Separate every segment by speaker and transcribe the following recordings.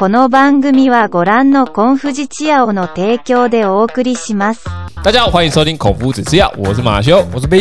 Speaker 1: この番組はご覧のコンフジチアオの提供でお送りします。
Speaker 2: 大家好，欢迎收听口服只吃药，我是马修，
Speaker 3: 我是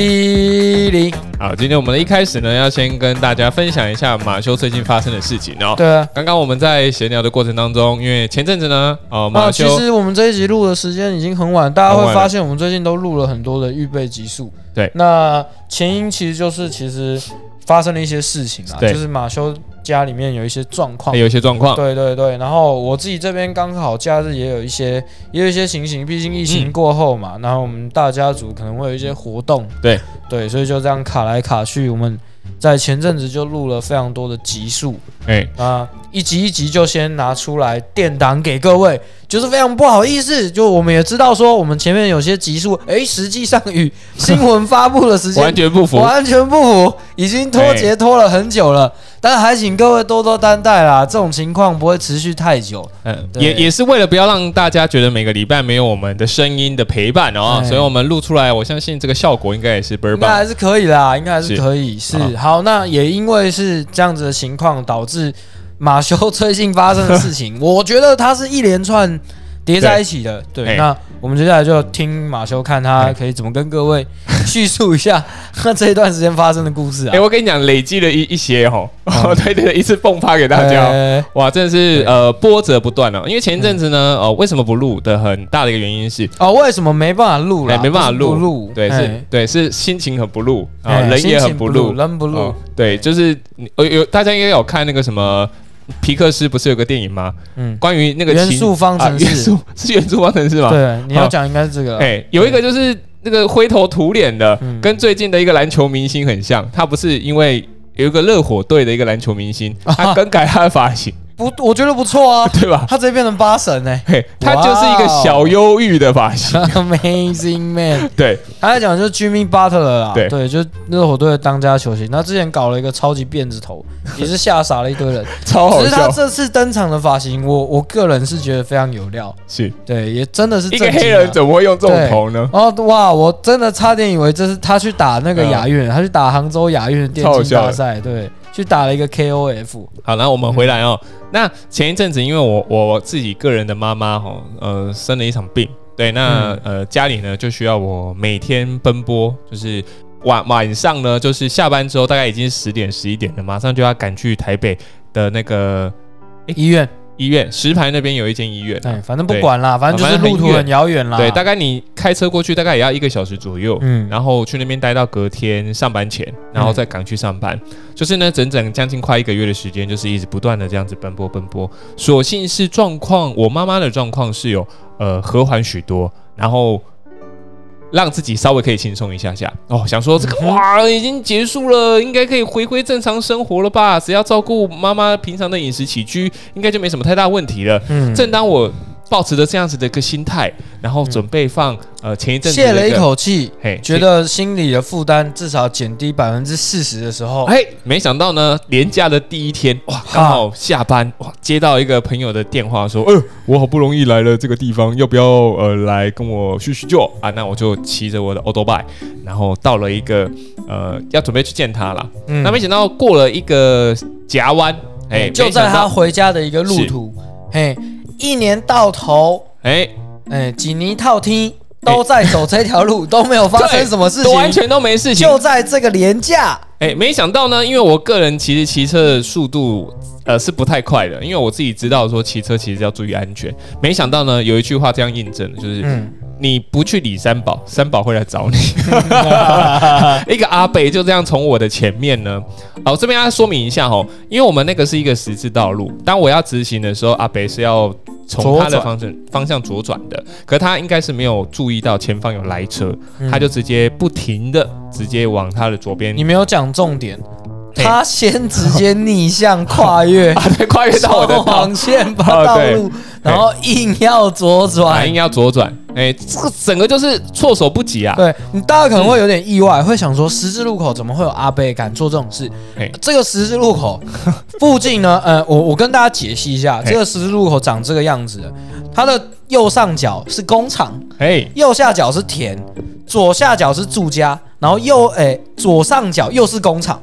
Speaker 3: B0。
Speaker 2: 好，今天我们的一开始呢，要先跟大家分享一下马修最近发生的事情哦。
Speaker 3: 对啊，
Speaker 2: 刚刚我们在闲聊的过程当中，因为前阵子呢，马修，
Speaker 3: 其实我们这一集录的时间已经很晚，大家会发现我们最近都录了很多的预备集数。
Speaker 2: 对，
Speaker 3: 那前因其实就是发生了一些事情啊，就是马修家里面有一些状况，对对对，然后我自己这边刚好假日也有一些情形，毕竟疫情过后嘛，然后我们大家族可能会有一些活动，对，所以就这样卡来卡去，我们在前阵子就录了非常多的集数，一集一集就先拿出来垫档给各位，就是非常不好意思，就我们也知道说我们前面有些集数，实际上与新闻发布的时间
Speaker 2: 完全不符，
Speaker 3: 已经脱节拖了很久了，但还请各位多多担待啦，这种情况不会持续太久，
Speaker 2: 也是为了不要让大家觉得每个礼拜没有我们的声音的陪伴哦，所以我们录出来，我相信这个效果应该也是倍儿棒，
Speaker 3: 应该还是可以啦，是好，那也因为是这样子的情况，导致马修最近发生的事情，我觉得它是一连串叠在一起的。对，那我们接下来就听马修看他可以怎么跟各位叙述一下他这一段时间发生的故事啊。
Speaker 2: 我跟你讲，累积了一些对，一次迸发给大家，哇，真的是波折不断哦。因为前一阵子呢，为什么不录的很大的一个原因是
Speaker 3: 为什么没办法录了？
Speaker 2: 没办法
Speaker 3: 录，
Speaker 2: 对，是心情很不录啊，人也很不录，
Speaker 3: 人不录，
Speaker 2: 对，就是大家应该有看那个什么。皮克斯不是有个电影吗？关于那个
Speaker 3: 元素方程式，
Speaker 2: 是元素方程式吗？
Speaker 3: 对，你要讲应该是这个。
Speaker 2: 有一个就是那个灰头土脸的，跟最近的一个篮球明星很像。他不是因为有一个热火队的一个篮球明星，他更改他的发型。
Speaker 3: 我觉得不错啊，
Speaker 2: 对吧？
Speaker 3: 他直接变成8神
Speaker 2: 他就是一个小忧郁的发型
Speaker 3: ，Amazing Man。
Speaker 2: 对，
Speaker 3: 他在讲就是 Jimmy Butler 啦，
Speaker 2: 对，
Speaker 3: 就是热火队的当家球星。他之前搞了一个超级辫子头，也是吓傻了一堆人，
Speaker 2: 超好笑。
Speaker 3: 只是他这次登场的发型，我个人是觉得非常有料，
Speaker 2: 是
Speaker 3: 对，也真的是
Speaker 2: 一个黑人怎么会用这种头呢？
Speaker 3: 哇，我真的差点以为这是他去打那个亚运，他去打杭州亚运的电竞大赛，对。去打了一个 KOF。
Speaker 2: 好，那我们回来哦。那前一阵子因为我自己个人的妈妈生了一场病，对，那家里呢就需要我每天奔波，就是晚上呢就是下班之后大概已经10点11点了，马上就要赶去台北的那个医院石牌那边有一间医院，
Speaker 3: 反正不管啦，反正就是路途很遥远啦。
Speaker 2: 对，大概你开车过去大概也要1个小时左右，然后去那边待到隔天上班前，然后再赶去上班，就是呢整整将近快1个月的时间，就是一直不断的这样子奔波。所幸是我妈妈的状况是有和缓许多，然后让自己稍微可以轻松一下想说这个哇已经结束了，应该可以回归正常生活了吧？只要照顾妈妈平常的饮食起居，应该就没什么太大问题了。正当我抱持着这样子的一个心态，然后准备放前一阵子
Speaker 3: 泄了一口气，觉得心里的负担至少减低40%的时候，
Speaker 2: 没想到呢，连假的第一天，哇，刚好下班，哇，接到一个朋友的电话说，我好不容易来了这个地方，要不要来跟我叙旧啊？那我就骑着我的 Autobike， 然后到了一个要准备去见他啦。那没想到过了一个夹弯，
Speaker 3: 就在他回家的一个路途，一年到头，几年到天都在走这条路，都没有发生什么事情，
Speaker 2: 完全都没事情。
Speaker 3: 就在这个连假，
Speaker 2: 没想到呢，因为我个人其实骑车的速度是不太快的，因为我自己知道说骑车其实要注意安全。没想到呢，有一句话这样印证了，就是你不去理三宝，三宝会来找你。一个阿伯就这样从我的前面呢，这边要说明一下因为我们那个是一个十字道路，当我要直行的时候，阿伯是要从他的方向左转的，可是他应该是没有注意到前方有来车，他就直接不停的直接往他的左边。
Speaker 3: 你没有讲重点。他先直接逆向跨越，
Speaker 2: 跨越到我的
Speaker 3: 黄线把道路，然后硬要左转，
Speaker 2: 这个整个就是措手不及啊！
Speaker 3: 对，你大家可能会有点意外，会想说十字路口怎么会有阿伯敢做这种事？这个十字路口附近呢，我跟大家解析一下，这个十字路口长这个样子，它的右上角是工厂，右下角是田，左下角是住家，然后左上角又是工厂。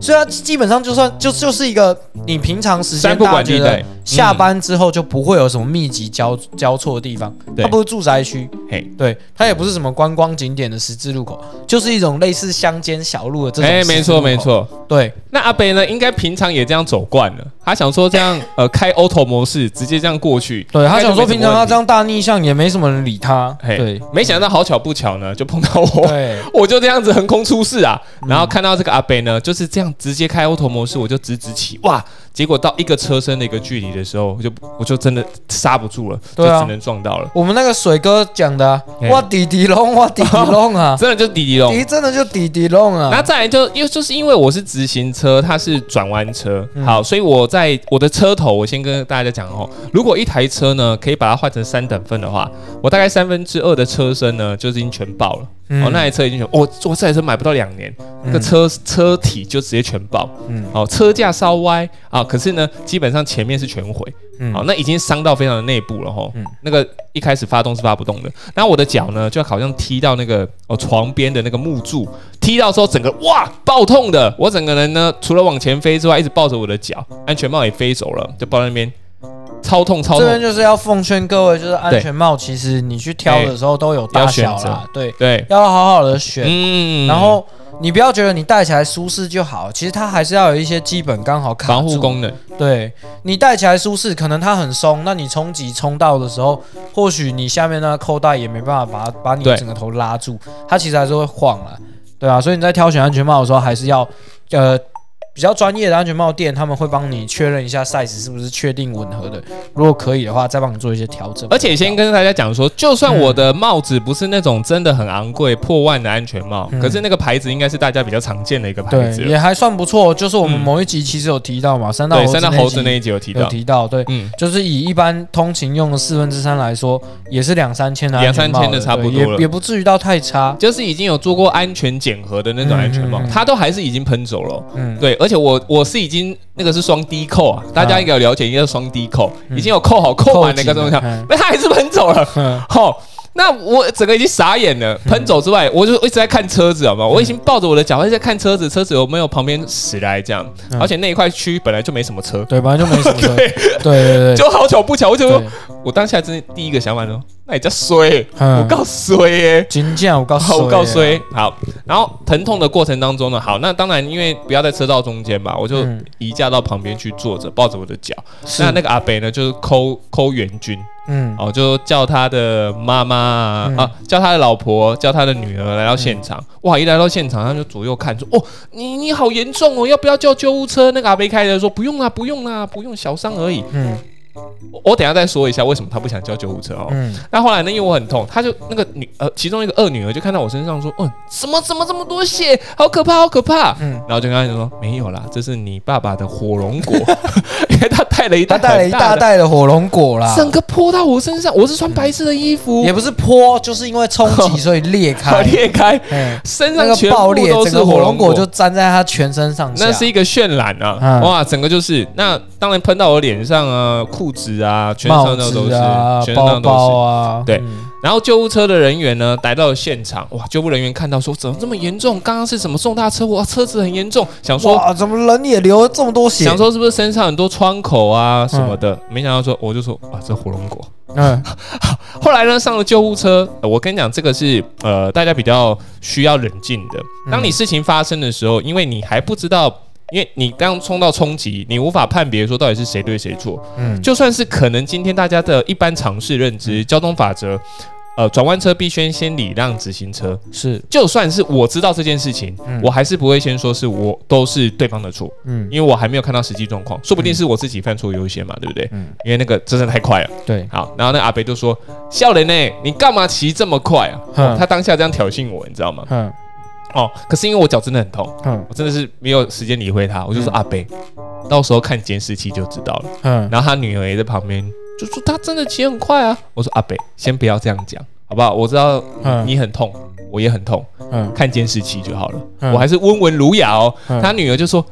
Speaker 3: 所以它基本上就是一个你平常时间大觉得下班之后就不会有什么密集交错的地方，它不是住宅区，对，它也不是什么观光景点的十字路口，就是一种类似乡间小路的这种。
Speaker 2: 没错，对。那阿北呢，应该平常也这样走惯了，他想说这样开 auto 模式直接这样过去，
Speaker 3: 对他想说平常他这样大逆向也没什么人理他，对，
Speaker 2: 没想到好巧不巧呢，就碰到我，我就这样子横空出世啊，然后看到这个阿北呢，就是这样直接开 auto 模式，我就直起，哇！结果到一个车身的一个距离的时候，我就真的刹不住了，就只能撞到了。
Speaker 3: 我们那个水哥讲的，哇滴滴龙，哇滴滴龙啊，
Speaker 2: 真的就滴滴龙，
Speaker 3: 真的就滴滴龙啊。
Speaker 2: 那再来就是因为我是直行车，它是转弯车，好，所以我在我的车头，我先跟大家讲哦，如果一台车呢可以把它换成3等份的话，我大概2/3的车身呢就是已经全爆了。那台车已经全，我这台车买不到2年，那个车体就直接全爆，车架稍歪啊，可是呢，基本上前面是全毁，那已经伤到非常的内部了哈，那个一开始发动是发不动的，然后我的脚呢就好像踢到那个床边的那个木柱，踢到之后整个哇爆痛的，我整个人呢除了往前飞之外，一直抱着我的脚，安全帽也飞走了，就抱在那边。超痛！这
Speaker 3: 边就是要奉劝各位，就是安全帽，其实你去挑的时候都有大小啦，对，要好好的选。然后你不要觉得你戴起来舒适就好，其实它还是要有一些基本刚好卡住
Speaker 2: 防护功能。
Speaker 3: 对，你戴起来舒适，可能它很松，那你冲击冲到的时候，或许你下面那个扣带也没办法把你整个头拉住，它其实还是会晃啦，对啊。所以你在挑选安全帽的时候，还是要比较专业的安全帽店，他们会帮你确认一下 size 是不是确定吻合的，如果可以的话，再帮你做一些调整。
Speaker 2: 而且先跟大家讲说，就算我的帽子不是那种真的很昂贵破万的安全帽，可是那个牌子应该是大家比较常见的一个牌子，
Speaker 3: 也还算不错。就是我们某一集其实有提到嘛，三道猴子
Speaker 2: 那一集有提到，
Speaker 3: 对，就是以一般通勤用的3/4来说，也是2-3千的安全帽
Speaker 2: ，2-3千的差不多了，
Speaker 3: 也不至于到太差，
Speaker 2: 就是已经有做过安全检核的那种安全帽，它都还是已经喷走了，对，而且我是已经那个是双低扣啊，大家应该有了解，应该是双低扣，已经有扣满那个东西，那它还是喷走了，那我整个已经傻眼了，喷走之外，我就一直在看车子，好吗？我已经抱着我的脚一直在看车子有没有旁边驶来这样，而且那一块区本来就没什么车，
Speaker 3: 对，本来就没什么车，对，
Speaker 2: 就好巧不巧，我就说，我当下真的第一个想法说，那也叫衰，我告衰耶，
Speaker 3: 真正我告
Speaker 2: 衰，好，然后疼痛的过程当中呢，好，那当然因为不要在车道中间嘛，我就移驾到旁边去坐着，抱着我的脚，那个阿北呢就是抠援军。就叫他的妈妈叫他的老婆，叫他的女儿来到现场。哇，一来到现场，他就左右看说：“哦，你好严重哦，要不要叫救护车？”那个阿伯开的说：“不用啦，不用啦，不用，小伤而已。”我等一下再说一下为什么他不想叫救护车哦。那后来呢，因为我很痛，他就那个其中一个二女儿就看到我身上说：“怎么这么多血，好可怕，好可怕。”然后就跟他讲说：“没有啦，这是你爸爸的火龙果，因为他带了一
Speaker 3: 大袋的火龙果啦，
Speaker 2: 整个泼到我身上。我是穿白色的衣服，
Speaker 3: 也不是泼，就是因为冲击所以裂开，身上全部都是火龙果，就粘在他全身上下，
Speaker 2: 那是一个渲染啊！哇，整个就是那当然喷到我脸上啊。裤子啊，全身上都是，全身上都是，对。然后救护车的人员呢，来到了现场，哇！救护人员看到说，怎么这么严重？刚刚是什么重大车祸？车子很严重，想说
Speaker 3: 哇，怎么人也流了这么多血？
Speaker 2: 想说是不是身上很多创口啊什么的？没想到说，我就说哇，这火龙果。后来呢，上了救护车，我跟你讲，这个是大家比较需要冷静的。当你事情发生的时候，因为你还不知道。因为你刚冲到冲击，你无法判别说到底是谁对谁错。就算是可能今天大家的一般常识认知，交通法则，转弯车必须先礼让直行车。是，就算是我知道这件事情，我还是不会先说是我都是对方的错。因为我还没有看到实际状况，说不定是我自己犯错优先嘛，对不对？因为那个真的太快了。对，好，然后那阿北就说：“少年呢，你干嘛骑这么快啊？”他当下这样挑衅我，你知道吗？可是因为我脚真的很痛，我真的是没有时间理会他，我就说阿伯，到时候看监视器就知道了。然后他女儿也在旁边，就说他真的骑很快啊。我说阿伯，先不要这样讲，好不好？我知道你很痛，我也很痛，看监视器就好了。我还是温文儒雅哦。他女儿就说。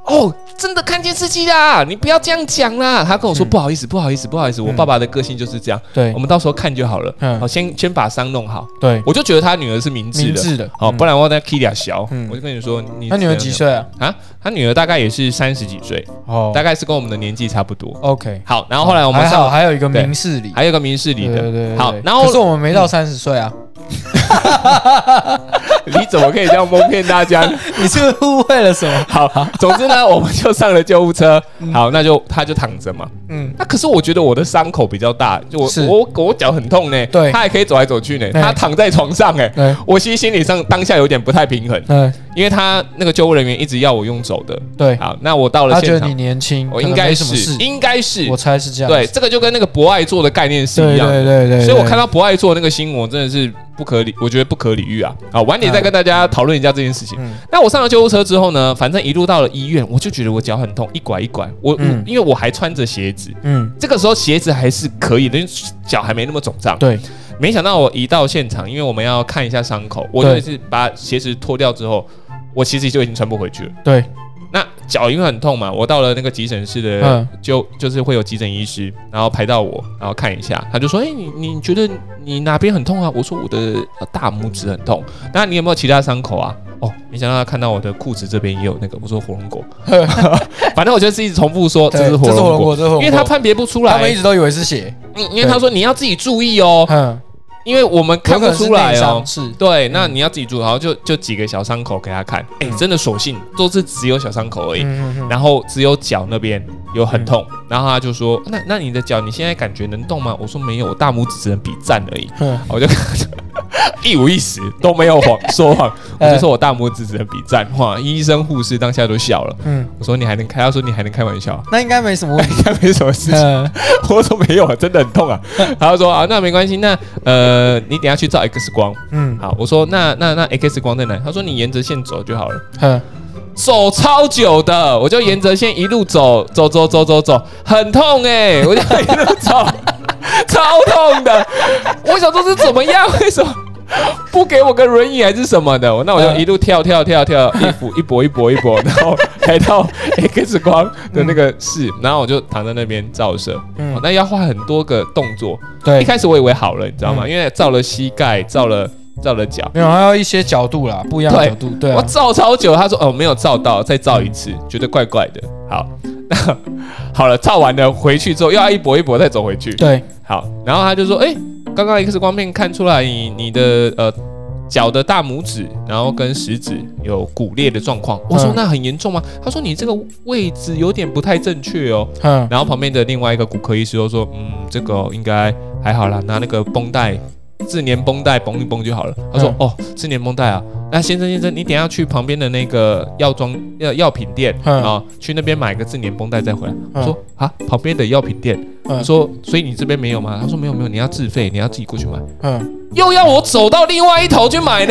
Speaker 2: 哦，真的看监视器啦，你不要这样讲啦。他跟我说不好意思，我爸爸的个性就是这样。对，我们到时候看就好了。好，先把伤弄好。对，我就觉得他女儿是明智的。好，不然我再 K 俩小。我就跟你说，
Speaker 3: 他女儿几岁啊？
Speaker 2: 他女儿大概也是30几岁，大概是跟我们的年纪差不多。
Speaker 3: OK，
Speaker 2: 好，然后后来我们
Speaker 3: 还有一个明事理，
Speaker 2: 还有一个明事理的。
Speaker 3: 对，
Speaker 2: 好，然后
Speaker 3: 可是我们没到30岁啊。
Speaker 2: 你怎么可以这样蒙骗大家？
Speaker 3: 你是不是误会了什么？
Speaker 2: 好，总之呢，我们就上了救护车。好，他就躺着嘛。那可是我觉得我的伤口比较大，就我脚很痛呢。对，他还可以走来走去呢。他躺在床上我其实心理上当下有点不太平衡。因为他那个救护人员一直要我用走的。对，好，那我到了现场，
Speaker 3: 他觉得你年轻，
Speaker 2: 我应该是，
Speaker 3: 我猜是这样。
Speaker 2: 对，这个就跟那个博爱座的概念是一样的。对，所以我看到博爱座那个新闻，我真的是我觉得不可理喻啊！好，晚点再跟大家讨论一下这件事情。那我上了救护车之后呢，反正一路到了医院，我就觉得我脚很痛，一拐一拐。因为我还穿着鞋子，这个时候鞋子还是可以的，因为脚还没那么肿胀。对，没想到我一到现场，因为我们要看一下伤口，我就是把鞋子脱掉之后，我其实就已经穿不回去了。对。那脚因为很痛嘛，我到了那个急诊室的，就是会有急诊医师，然后排到我，然后看一下，他就说：“你觉得你哪边很痛啊？”我说：“我的大拇指很痛。”那你有没有其他伤口啊？哦，没想到他看到我的裤子这边也有那个，我说火龙果。反正我就是一直重复说这是火龙果，因为他判别不出来，
Speaker 3: 他们一直都以为是血。
Speaker 2: 因为他说你要自己注意哦。因为我们看不出来哦，对，那你要自己注意，然后就几个小伤口给他看，真的所幸都是只有小伤口而已，然后只有脚那边有很痛，然后他就说，那你的脚你现在感觉能动吗？我说没有，我大拇指只能比赞而已，我就一五一十都没有说谎，我就说我大拇指只能比赞，哇，医生护士当下都笑了，我说他说你还能开玩笑，
Speaker 3: 那应该没什么问题，
Speaker 2: 应该没什么事情，我说没有，真的很痛啊，他就说啊，那没关系，那你等一下去照 X 光，好，我说那 X 光在哪？他说你沿着线走就好了，走超久的，我就沿着线一路走，很痛我就一路走，超痛的，我想说是怎么样？为什么不给我个轮椅还是什么的？那我就一路跳，一搏，然后来到 X 光的那个室，然后我就躺在那边照射，那要画很多个动作。对，一开始我以为好了，你知道吗？因为照了膝盖，照了脚，
Speaker 3: 没有，还有一些角度啦，不一样的角度。对，
Speaker 2: 我照超久，他说没有照到，再照一次，觉得怪怪的。好，那好了，照完了回去之后又要一搏再走回去。对，好，然后他就说，刚刚 X 光片看出来你的脚的大拇指，然后跟食指有骨裂的状况。我说那很严重吗？他说你这个位置有点不太正确哦。然后旁边的另外一个骨科医师又说，这个应该还好啦，拿那个绷带。自粘绷带绷一绷就好了。他说：“自粘绷带啊，那先生，你等一下去旁边的那个药品店啊，去那边买个自粘绷带再回来。”我说：“啊，旁边的药品店。”我说：“所以你这边没有吗？”他说：“没有，你要自费，你要自己过去买。”又要我走到另外一头去买呢。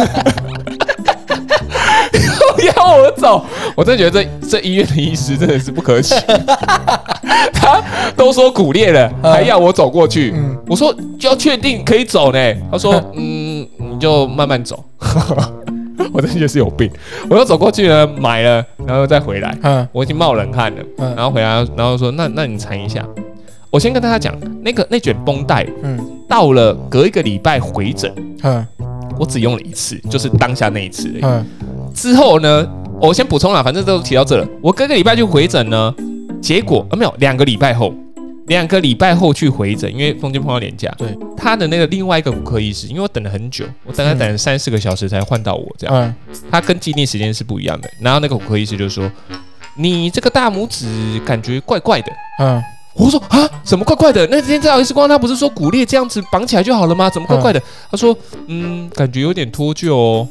Speaker 2: 要我走，我真的觉得这医院的医师真的是不可取。他都说骨裂了，还要我走过去。我说就要确定可以走呢。他说你就慢慢走。我真的觉得是有病。我又走过去了，买了，然后再回来。我已经冒冷汗了。然后回来，然后说那你缠一下。我先跟大家讲，那卷绷带，到了隔一个礼拜回诊。我只用了一次，就是当下那一次而已。之后呢，我先补充啦，反正都提到这了。我隔个礼拜去回诊呢，结果没有2个礼拜后去回诊，因为中间碰到连假。对，他的那个另外一个骨科医师，因为我等了很久，我大概等了3-4个小时才换到我这样。他跟既定时间是不一样的。然后那个骨科医师就说：“你这个大拇指感觉怪怪的。”我说啊，什么怪怪的？那天照 X 光，他不是说骨裂这样子绑起来就好了吗？怎么怪怪的？他说，感觉有点脱臼哦。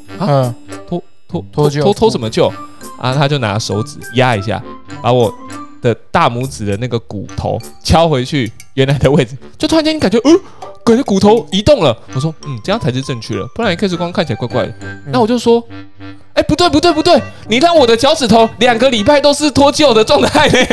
Speaker 2: 脱什么臼啊？他就拿手指压一下，把我的大拇指的那个骨头敲回去原来的位置，就突然间感觉骨头移动了。我说，这样才是正确的，不然 X 光看起来怪怪的。那我就说，不对，你让我的脚趾头2个礼拜都是脱臼的状态呢。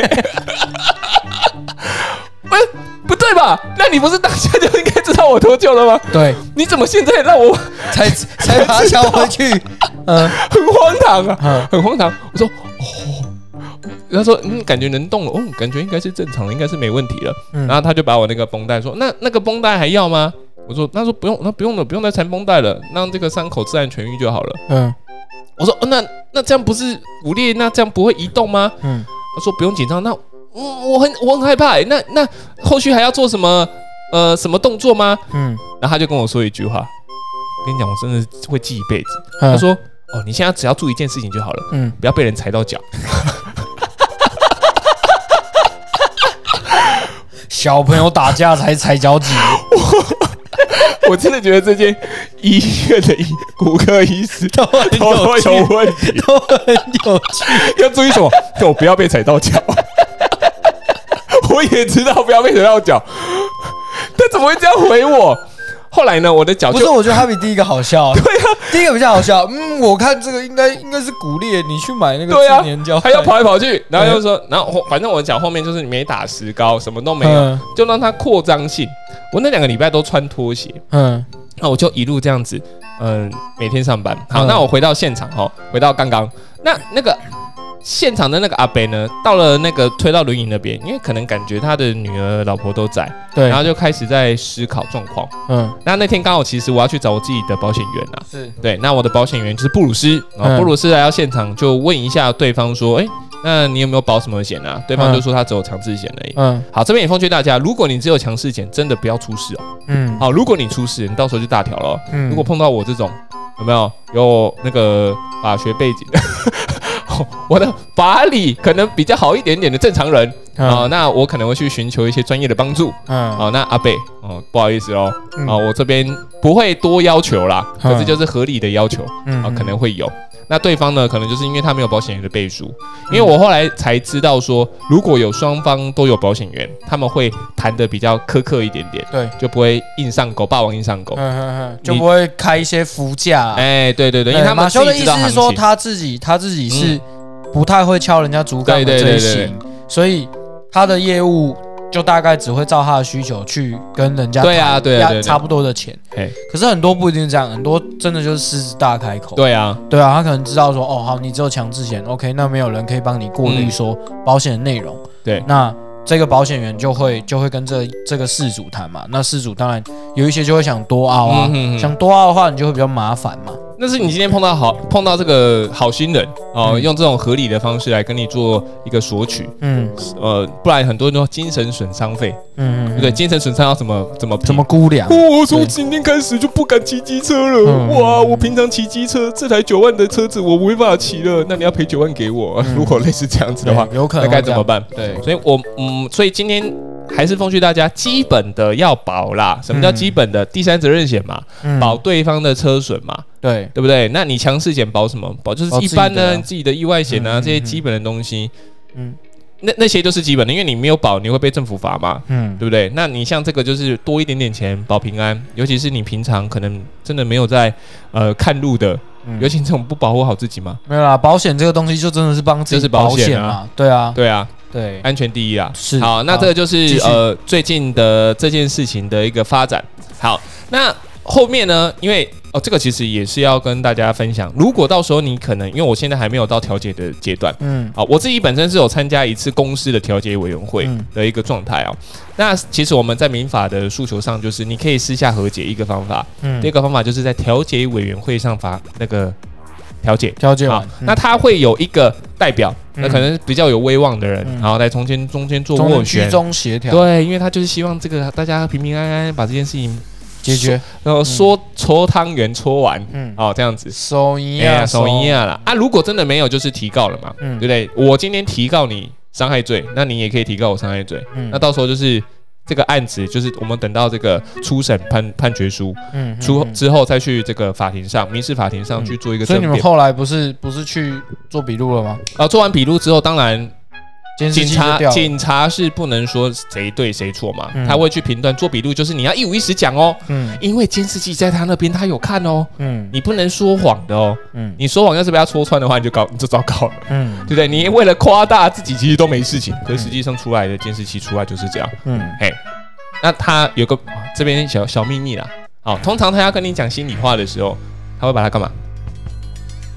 Speaker 2: 不对吧？那你不是当下就应该知道我脱臼了吗？对，你怎么现在让我
Speaker 3: 才把它敲回去？
Speaker 2: 很荒唐啊，很荒唐。我说他说感觉能动了，感觉应该是正常的，应该是没问题了。然后他就把我那个绷带说，那个绷带还要吗？他说不用，那不用了，不用再缠绷带了，让这个伤口自然痊愈就好了。我说那这样不是骨裂，那这样不会移动吗？他说不用紧张，那我很害怕那后续还要做什么什么动作吗？然后他就跟我说一句话，我跟你讲，我真的会记一辈子。他说你现在只要做一件事情就好了，不要被人踩到脚。
Speaker 3: 小朋友打架才踩脚趾。
Speaker 2: 我真的觉得这间医院的骨科医师都很有问题，
Speaker 3: 都很有趣。
Speaker 2: 要注意什么？我不要被踩到脚。我也知道不要被踩到脚，他怎么会这样回我？后来呢，我的脚就不
Speaker 3: 是，我觉得他比第一个好笑。对啊，第一个比较好笑。我看这个应该是骨裂，你去买那个
Speaker 2: 对年胶，还要跑来跑去，然后又说，然后反正我的脚后面就是你没打石膏，什么都没有，就让它扩张性。我那2个礼拜都穿拖鞋，那我就一路这样子，每天上班。好，那我回到现场回到刚刚那个现场的那个阿伯呢，到了那个推到轮椅那边，因为可能感觉他的女儿、老婆都在，对，然后就开始在思考状况。那天刚好其实我要去找我自己的保险员啊，是对，那我的保险员就是布鲁斯，布鲁斯来到现场就问一下对方说，那你有没有保什么险啊？对方就说他只有强制险而已。好，这边也奉劝大家，如果你只有强制险，真的不要出事哦。好，如果你出事，你到时候就大条了。如果碰到我这种有没有那个法学背景的？我的法理可能比较好一点点的正常人那我可能会去寻求一些专业的帮助。那阿伯不好意思哦，我这边不会多要求啦，可是就是合理的要求可能会有。那对方呢，可能就是因为他没有保险员的背书，因为我后来才知道说，如果有双方都有保险员，他们会谈的比较苛刻一点点，对，就不会硬上钩，霸王硬上钩，
Speaker 3: 就不会开一些福价。
Speaker 2: 对，因为他们
Speaker 3: 马修的意思是说，他自己是不太会敲人家竹杠的这一型，所以他的业务就大概只会照他的需求去跟人家谈差不多的钱。可是很多不一定这样，很多真的就是狮子大开口。对啊，他可能知道说，好，你只有强制险 ，OK， 那没有人可以帮你过滤说保险的内容。对，那这个保险员就会跟这个事主谈嘛。那事主当然有一些就会想多凹啊，想多凹的话，你就会比较麻烦嘛。
Speaker 2: 那是你今天碰到这个好心人用这种合理的方式来跟你做一个索取，不然很多人都精神损伤费，对不对？精神损伤要怎么
Speaker 3: 估量？
Speaker 2: 我从今天开始就不敢骑机车了，哇！我平常骑机车，这台9万的车子我没办法骑了，那你要赔9万给我。如果类似这样子的话，
Speaker 3: 有可能
Speaker 2: 那该怎么办？对，所以所以今天还是奉劝大家，基本的要保啦。什么叫基本的？第三责任险嘛，保对方的车损嘛。对不对？那你强制险保什么？保就是一般呢，自己的意外险啊，这些基本的东西，那些都是基本的，因为你没有保，你会被政府罚嘛，对不对？那你像这个就是多一点点钱保平安，尤其是你平常可能真的没有在看路的，尤其这种不保护好自己嘛。
Speaker 3: 没有啦，保险这个东西就真的是帮自己保险嘛，对啊，
Speaker 2: 对，安全第一啊。是好，那这个就是最近的这件事情的一个发展。好，那后面呢，因为这个其实也是要跟大家分享。如果到时候你可能，因为我现在还没有到调解的阶段，我自己本身是有参加一次公司的调解委员会的一个状态那其实我们在民法的诉求上，就是你可以私下和解一个方法，第二个方法就是在调解委员会上那个调解
Speaker 3: 完，
Speaker 2: 那他会有一个代表，那可能比较有威望的人，然后在中间做斡旋，
Speaker 3: 居中协调，
Speaker 2: 对，因为他就是希望这个大家平平安安把这件事情
Speaker 3: 解决，
Speaker 2: 然后搓汤圆搓完，这样子，
Speaker 3: 手一样
Speaker 2: 啦。如果真的没有，就是提告了嘛，对不对？我今天提告你伤害罪，那你也可以提告我伤害罪，那到时候就是这个案子，就是我们等到这个初审判决书，之后再去这个法庭上，民事法庭上去做一个争辩。
Speaker 3: 所以你们后来不是去做笔录了吗？
Speaker 2: 做完笔录之后，当然。警察是不能说谁对谁错嘛，他会去评断。做笔录就是你要一五一十讲因为监视器在他那边，他有看你不能说谎的你说谎要是被他戳穿的话，你就糟糕了，对不对？你为了夸大自己，其实都没事情，可是实际上出来的监视器出来就是这样，那他有个这边小秘密啦，通常他要跟你讲心里话的时候，他会把它干嘛？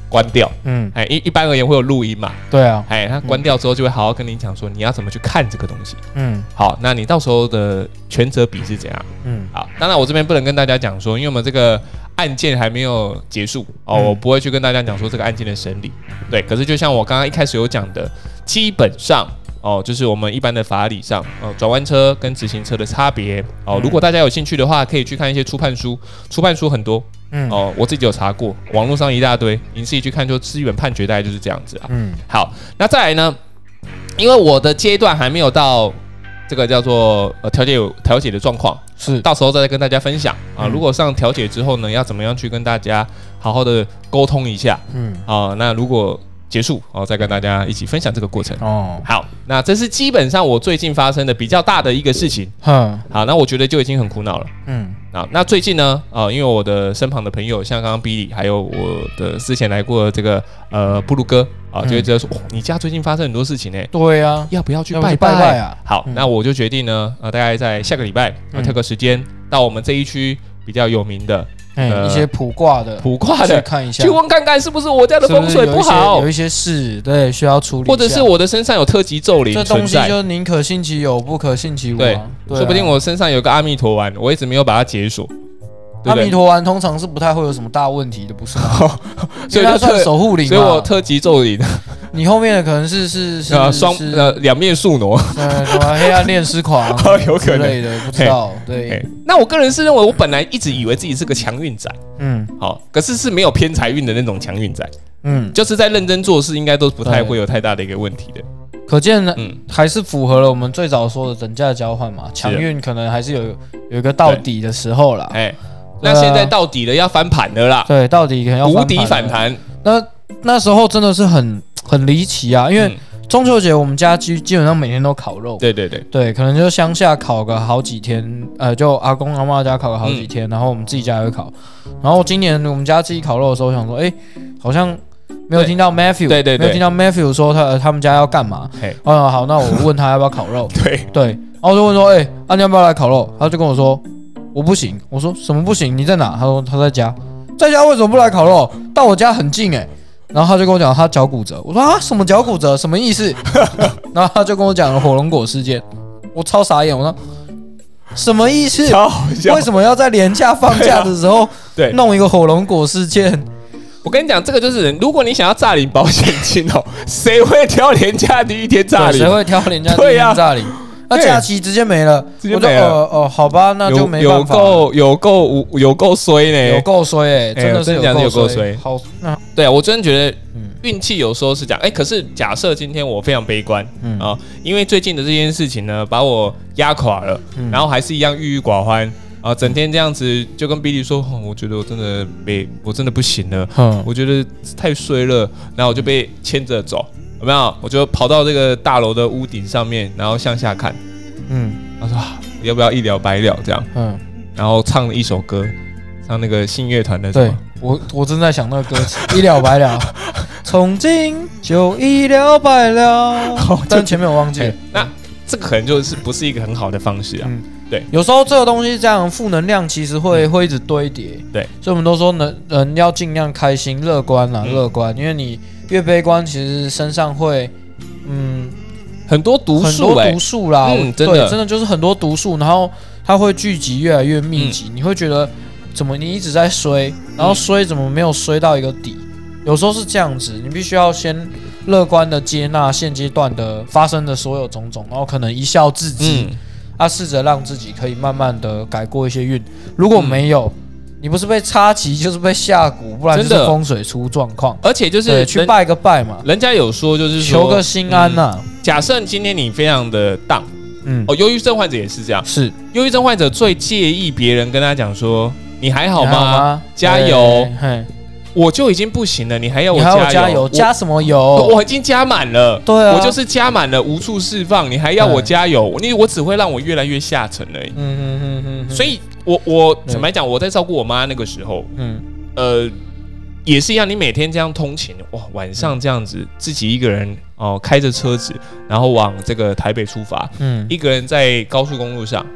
Speaker 2: 关掉，一般而言会有录音嘛，
Speaker 3: 对啊，
Speaker 2: 他关掉之后就会好好跟你讲说你要怎么去看这个东西，好，那你到时候的权责比是怎样，好，当然我这边不能跟大家讲说，因为我们这个案件还没有结束我不会去跟大家讲说这个案件的审理，对，可是就像我刚刚一开始有讲的，基本上就是我们一般的法理上转弯车跟直行车的差别如果大家有兴趣的话，可以去看一些初判书很多。我自己有查过，网络上一大堆，你自己去看，就资源判决大概就是这样子啊。好，那再来呢？因为我的阶段还没有到这个叫做调解的状况，是到时候再跟大家分享啊。如果上调解之后呢，要怎么样去跟大家好好的沟通一下？那如果结束再跟大家一起分享这个过程好，那这是基本上我最近发生的比较大的一个事情。好，那我觉得就已经很苦恼了。那最近呢，因为我的身旁的朋友，像刚刚 Billy， 还有我的之前来过的这个布鲁哥就会觉得说，你家最近发生很多事情
Speaker 3: 对啊，
Speaker 2: 要不要去拜拜啊？好，那我就决定呢，大概在下个礼拜挑个时间到我们这一区比较有名的。
Speaker 3: 一些卜卦的去看一下，
Speaker 2: 去问看看是不是我家的风水不好，
Speaker 3: 有一些事对需要处理，
Speaker 2: 或者是我的身上有特级咒灵存在。
Speaker 3: 这东西就宁可信其有，不可信其无。对，
Speaker 2: 说不定我身上有个阿弥陀丸，我一直没有把它解锁。
Speaker 3: 阿弥陀丸通常是不太会有什么大问题的，不是吗？所以它算守护灵，
Speaker 2: 所以我特级咒灵。
Speaker 3: 你后面的可能是
Speaker 2: 两面宿傩，
Speaker 3: 什么黑暗炼尸狂，
Speaker 2: 有可能之
Speaker 3: 类的，不知道。对，
Speaker 2: 那我个人是认为，我本来一直以为自己是个强运仔，好，可是没有偏财运的那种强运仔，就是在认真做事，应该都不太会有太大的一个问题的。
Speaker 3: 可见呢，还是符合了我们最早说的等价交换嘛，强运可能还是有一个到底的时候啦。
Speaker 2: 那现在到底了，要翻盘了啦。
Speaker 3: 对，到底可能要
Speaker 2: 无敌反弹。
Speaker 3: 那时候真的是很离奇啊，因为中秋节我们家基本上每天都烤肉。对，可能就乡下烤个好几天，就阿公阿嬷家烤个好几天，然后我们自己家也会烤。然后今年我们家自己烤肉的时候，想说，好像没有听到 Matthew， 没有听到 Matthew 说他们家要干嘛。好，那我问他要不要烤肉。对，然后我就问说，你要不要来烤肉？他就跟我说。我不行，我说什么不行？你在哪？他说他在家，在家为什么不来烤肉？到我家很近然后他就跟我讲他脚骨折，我说什么脚骨折？什么意思？然后他就跟我讲了火龙果事件，我超傻眼，我说什么意思？为什么要在连假放假的时候弄一个火龙果事件？
Speaker 2: 我跟你讲，这个就是如果你想要诈领保险金谁会挑连假第一天诈领？
Speaker 3: 谁会挑连假第一天诈领？那假期直接没了，我就好吧，那就没办法。
Speaker 2: 有够衰呢，
Speaker 3: 有够衰真的是有够衰。好，
Speaker 2: 对啊，我真的觉得运气有时候是这样。可是假设今天我非常悲观因为最近的这件事情呢，把我压垮了，然后还是一样郁郁寡欢整天这样子，就跟 Billy 说，我觉得我真的不行了，我觉得太衰了，然后我就被牵着走。有没有？我就跑到这个大楼的屋顶上面，然后向下看。他说要不要一了百了这样？然后唱了一首歌，唱那个信乐团的。
Speaker 3: 对，我正在想那个歌词，一了百了，从今就一了百了。但前面我忘记了。
Speaker 2: 那这个可能就是不是一个很好的方式啊。对，
Speaker 3: 有时候这个东西这样负能量其实会一直堆叠。
Speaker 2: 对，
Speaker 3: 所以我们都说人要尽量开心、乐观啦，乐观，因为你。越悲观，其实身上会，
Speaker 2: 很多毒
Speaker 3: 素啦，真的就是很多毒素，然后它会聚集越来越密集，你会觉得怎么你一直在衰，然后衰怎么没有衰到一个底？有时候是这样子，你必须要先乐观的接纳现阶段的发生的所有种种，然后可能一笑置之，试着让自己可以慢慢的改过一些运。如果没有。你不是被插旗就是被下蛊，不然就是风水出状况。
Speaker 2: 而且就是
Speaker 3: 去拜个拜嘛，
Speaker 2: 人家有说就是说
Speaker 3: 求个心安呐。
Speaker 2: 假设今天你非常的荡，忧郁症患者也是这样。
Speaker 3: 是
Speaker 2: 忧郁症患者最介意别人跟他讲说你还好吗？加油。我就已经不行了，你还要我
Speaker 3: 加油？加什么油？
Speaker 2: 我已经加满了。
Speaker 3: 对啊，
Speaker 2: 我就是加满了，无处释放，你还要我加油？我只会让我越来越下沉而已。所以我坦白讲，我在照顾我妈那个时候，也是一样。你每天这样通勤，哇，晚上这样子自己一个人开着车子，然后往这个台北出发，一个人在高速公路上，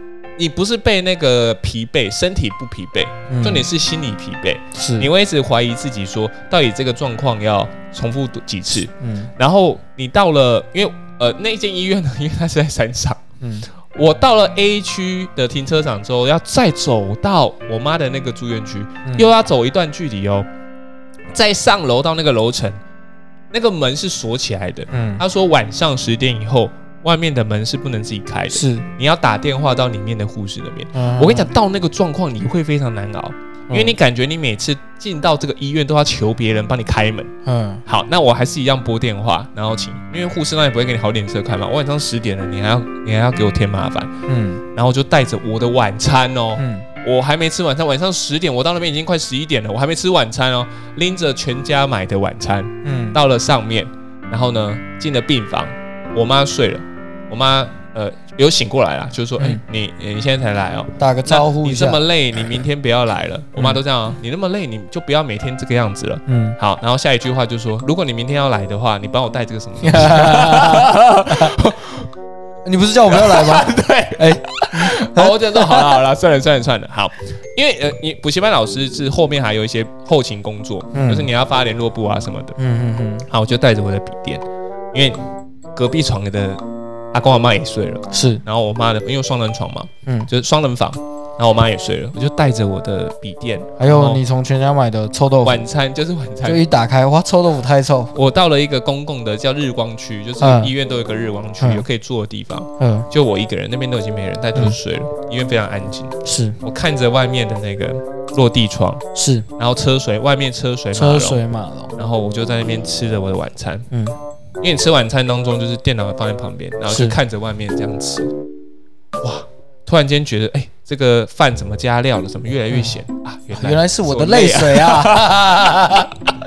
Speaker 2: 你不是被那个疲惫，身体不疲惫，重点是心理疲惫。是，你会一直怀疑自己说，到底这个状况要重复几次？然后你到了，因为那间医院呢，因为它是在山上，我到了 A 区的停车场之后，要再走到我妈的那个住院区，又要走一段距离哦，再上楼到那个楼层，那个门是锁起来的。他说晚上10点以后。外面的门是不能自己开的，是你要打电话到里面的护士那边。我跟你讲，到那个状况你会非常难熬，因为你感觉你每次进到这个医院都要求别人帮你开门。好，那我还是一样拨电话，然后因为护士那也不会给你好脸色看嘛。晚上10点了，你还要给我添麻烦。然后就带着我的晚餐哦。我还没吃晚餐，晚上10点，我到那边已经快11点了，我还没吃晚餐哦，拎着全家买的晚餐，到了上面，然后呢进了病房，我妈睡了。我妈有醒过来啦，就是说，你现在才来哦，
Speaker 3: 打个招呼一下。
Speaker 2: 你这么累，你明天不要来了。我妈都这样哦，你那么累，你就不要每天这个样子了。好，然后下一句话就是说，如果你明天要来的话，你帮我带这个什么东西。
Speaker 3: 你不是叫我不要来吗？
Speaker 2: 对，好，我这样说好了，算了。好，因为你补习班老师是后面还有一些后勤工作，就是你要发联络簿啊什么的。好，我就带着我的笔电，因为隔壁床的阿公阿妈也睡了，是，然后我妈的因为双人床嘛，就是双人房，然后我妈也睡了，我就带着我的笔电，
Speaker 3: 还有你从全家买的臭豆腐，
Speaker 2: 晚餐，就
Speaker 3: 一打开，哇，臭豆腐太臭。
Speaker 2: 我到了一个公共的叫日光区，就是医院都有一个日光区，有可以坐的地方，就我一个人，那边都已经没人，大家都睡了，医院非常安静。是我看着外面的那个落地窗，是，然后外面车水马龙，然后我就在那边吃着我的晚餐，因为你吃晚餐当中，就是电脑放在旁边，然后就看着外面这样吃，哇！突然间觉得，这个饭怎么加料了？怎么越来越咸啊？
Speaker 3: 原来是我的泪水啊！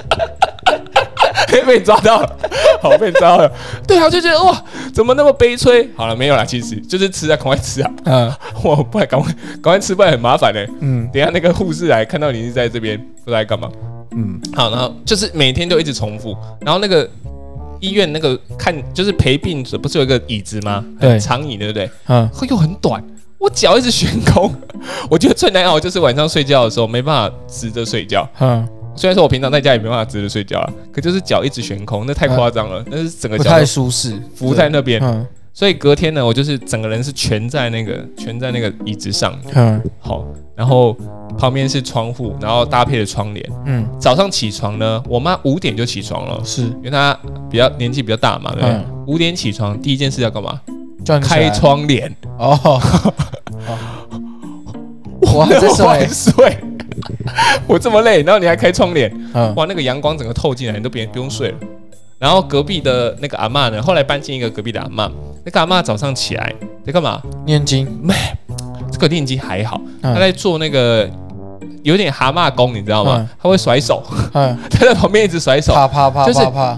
Speaker 2: 被你抓到了，好，被你抓到了。对啊，我就觉得哇，怎么那么悲催？好了，没有啦，其实就是吃啊，赶快吃啊！我不然赶快吃，不然很麻烦嘞。等一下那个护士来看到你是在这边，不知道在干嘛。好，然后就是每天都一直重复，然后那个。医院那个就是陪病者不是有一个椅子吗？对，长椅对不对？又很短，我脚一直悬空。我觉得最难熬就是晚上睡觉的时候没办法直着睡觉。虽然说我平常在家也没办法直着睡觉啊，可就是脚一直悬空，那太夸张了，那是整个脚
Speaker 3: 不太舒适，
Speaker 2: 浮在那边。所以隔天呢，我就是整个人是蜷在那个椅子上，好，然后旁边是窗户，然后搭配的窗帘。早上起床呢，我妈5点就起床了，是因为她年纪比较大嘛，对不对？5点起床，第一件事要干嘛？开窗帘。哦，
Speaker 3: 我还在
Speaker 2: 睡，我这么累，然后你还开窗帘，哇，那个阳光整个透进来，你都不用睡了。然后隔壁的那个阿嬷呢，后来搬进一个隔壁的阿嬷，那个阿嬷早上起来在干嘛？
Speaker 3: 念经。
Speaker 2: 这个念经还好，她在做那个有点蛤蟆功，你知道吗？她会甩手，她在旁边一直甩手，
Speaker 3: 啪啪啪啪啪。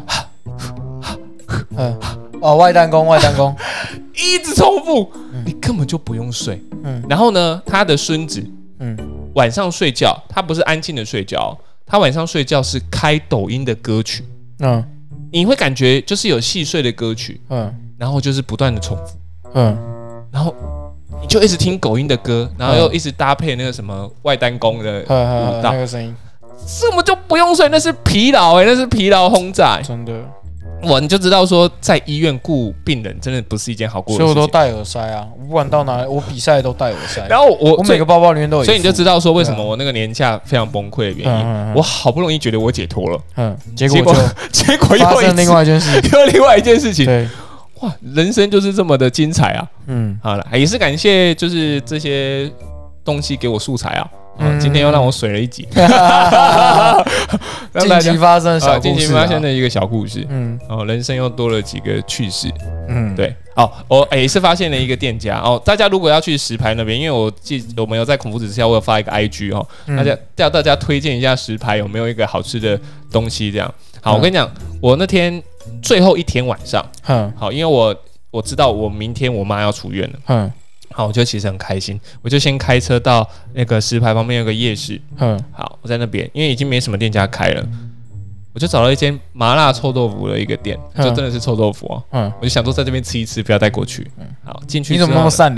Speaker 3: 外单功，
Speaker 2: 一直重复，你根本就不用睡。然后呢，他的孙子，晚上睡觉，他不是安静的睡觉，他晚上睡觉是开抖音的歌曲。你会感觉就是有细碎的歌曲，然后就是不断的重复，然后你就一直听抖音的歌，然后又一直搭配那个什么外单功的舞蹈，
Speaker 3: 那个声音，
Speaker 2: 这么就不用睡，那是疲劳那是疲劳轰炸，
Speaker 3: 真的。
Speaker 2: 你就知道说，在医院顾病人真的不是一件好过的事情。
Speaker 3: 所以我都戴耳塞啊，不管到哪里，我比赛都戴耳塞。
Speaker 2: 然后我
Speaker 3: 每个包包里面都有，
Speaker 2: 所以你就知道说为什么我那个年假非常崩溃的原因。我好不容易觉得我解脱了，
Speaker 3: 结果
Speaker 2: 又
Speaker 3: 发生另外一件事情，
Speaker 2: 又另外一件事情。对，哇，人生就是这么的精彩啊！好了，也是感谢就是这些东西给我素材啊。今天又让我水了一集，
Speaker 3: 近期发生的小故事，
Speaker 2: 近期发生的一个小故事，人生又多了几个趣事，对，我也是发现了一个店家大家如果要去石牌那边，因为我们有在孔夫子之下，我有发一个 IG 叫大家推荐一下石牌有没有一个好吃的东西这样。好，我跟你讲，我那天最后一天晚上，好，因为我知道我明天我妈要出院了，好，我就其实很开心，我就先开车到那个石牌旁边有个夜市，好，我在那边，因为已经没什么店家开了，我就找到一间麻辣臭豆腐的一个店，就真的是臭豆腐我就想说在这边吃一吃，不要带过去。好，进去
Speaker 3: 你怎么那么善良？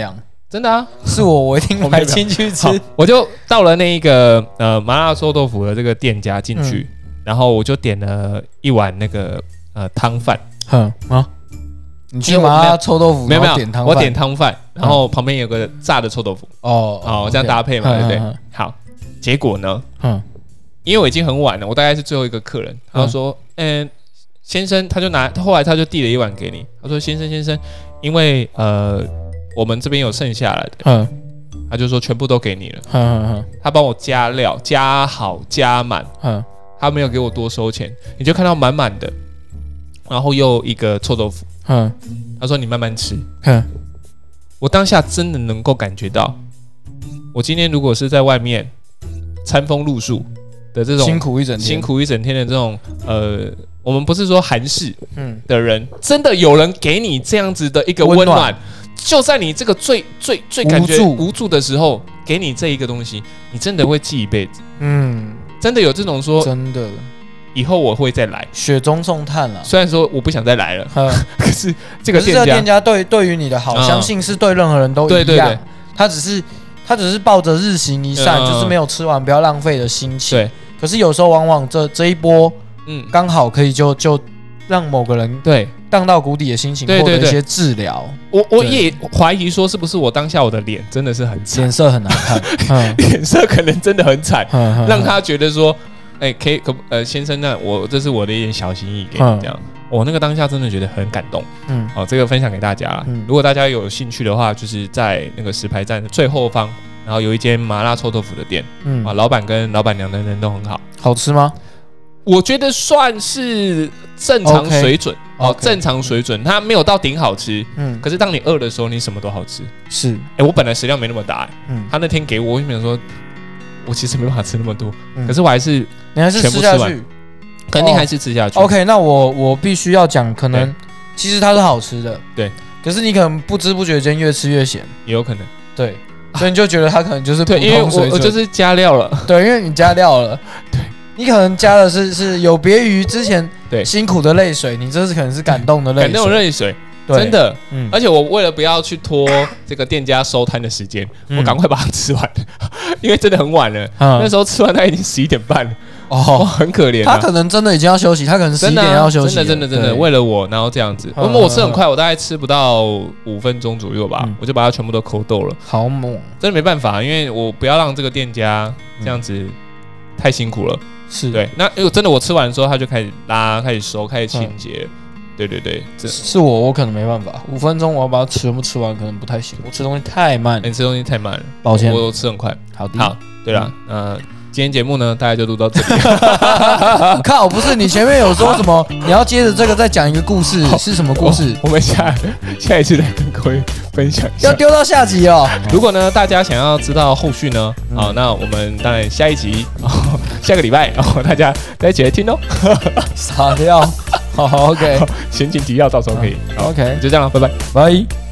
Speaker 2: 真的啊，
Speaker 3: 是我一定买进去吃。
Speaker 2: 我就到了那一个麻辣臭豆腐的这个店家进去，然后我就点了一碗那个汤饭。
Speaker 3: 你去麻辣臭豆腐
Speaker 2: 没有，我点汤饭，然后旁边有个炸的臭豆腐。这样搭配嘛，对不对？好，结果呢，因为我已经很晚了，我大概是最后一个客人，他就说，先生，后来他就递了一碗给你，他说，先生，因为我们这边有剩下来的，他就说全部都给你了，他帮我加料，加好加满，他没有给我多收钱，你就看到满满的，然后又一个臭豆腐，他说你慢慢吃，我当下真的能够感觉到，我今天如果是在外面餐风露宿的这种
Speaker 3: 辛苦一
Speaker 2: 整天的这种我们不是说韩式的人，真的有人给你这样子的一个温暖，就在你这个最感觉无助的时候，给你这一个东西，你真的会记一辈子。真的有这种说，
Speaker 3: 真的，
Speaker 2: 以后我会再来，
Speaker 3: 雪中送炭了。
Speaker 2: 虽然说我不想再来了，可是这个
Speaker 3: 店家对于你的好，相信是对任何人都一样。对，他只是抱着日行一善，就是没有吃完不要浪费的心情。对，可是有时候往往这一波，刚好可以就让某个人荡到谷底的心情获得一些治疗。
Speaker 2: 我也怀疑说是不是我当下我的脸真的是很惨，
Speaker 3: 脸色很难看，
Speaker 2: 脸色可能真的很惨，让他觉得说，先生，那这是我的一点小心意给你这样。我那个当下真的觉得很感动，这个分享给大家啦。如果大家有兴趣的话，就是在那个石牌站的最后方，然后有一间麻辣臭豆腐的店，老板跟老板娘的人都很好。
Speaker 3: 好吃吗？
Speaker 2: 我觉得算是正常水准正常水准，它没有到顶好吃，可是当你饿的时候，你什么都好吃。
Speaker 3: 是，
Speaker 2: 我本来食量没那么大，他那天给我就想说，我其实没办法吃那么多，可是我
Speaker 3: 你还是吃下去，
Speaker 2: 肯定还是吃下去。
Speaker 3: OK， 那我必须要讲，可能其实它是好吃的，
Speaker 2: 对，
Speaker 3: 可是你可能不知不觉间越吃越咸，
Speaker 2: 也有可能，
Speaker 3: 对，所以你就觉得它可能就是普通
Speaker 2: 水准，因为我就是加料了，
Speaker 3: 对，因为你加料了，对。你可能加的是有别于之前辛苦的泪水，你这是可能是感动的
Speaker 2: 泪水，真的。而且我为了不要去拖这个店家收摊的时间，我赶快把它吃完，因为真的很晚了。那时候吃完它已经11点半了，很可怜。
Speaker 3: 他可能真的已经要休息，他可能11点要休息。
Speaker 2: 真的，为了我，然后这样子。我吃很快，我大概吃不到5分钟左右吧，我就把它全部都抠豆了。
Speaker 3: 好猛，
Speaker 2: 真的没办法，因为我不要让这个店家这样子太辛苦了。
Speaker 3: 是
Speaker 2: 对，那因为真的我吃完的时候，他就开始拉、开始收、开始清洁。对，
Speaker 3: 是我可能没办法，5分钟我要把它全部吃完，可能不太行。我吃东西太慢，
Speaker 2: 你吃东西太慢了，
Speaker 3: 抱歉。
Speaker 2: 我吃很快。
Speaker 3: 好，
Speaker 2: 对了，今天节目呢，大概就录到这里。
Speaker 3: 靠，不是你前面有说什么？你要接着这个再讲一个故事，是什么故事？
Speaker 2: 我们下一次再跟各位分享一下。
Speaker 3: 要丢到下集哦。
Speaker 2: 如果呢，大家想要知道后续呢，那我们当然下一集，下个礼拜，大家再一起来听哦。
Speaker 3: 傻掉。好 ，OK，
Speaker 2: 前情提要到时候可以。
Speaker 3: OK，
Speaker 2: 就这样了，拜拜，
Speaker 3: 拜。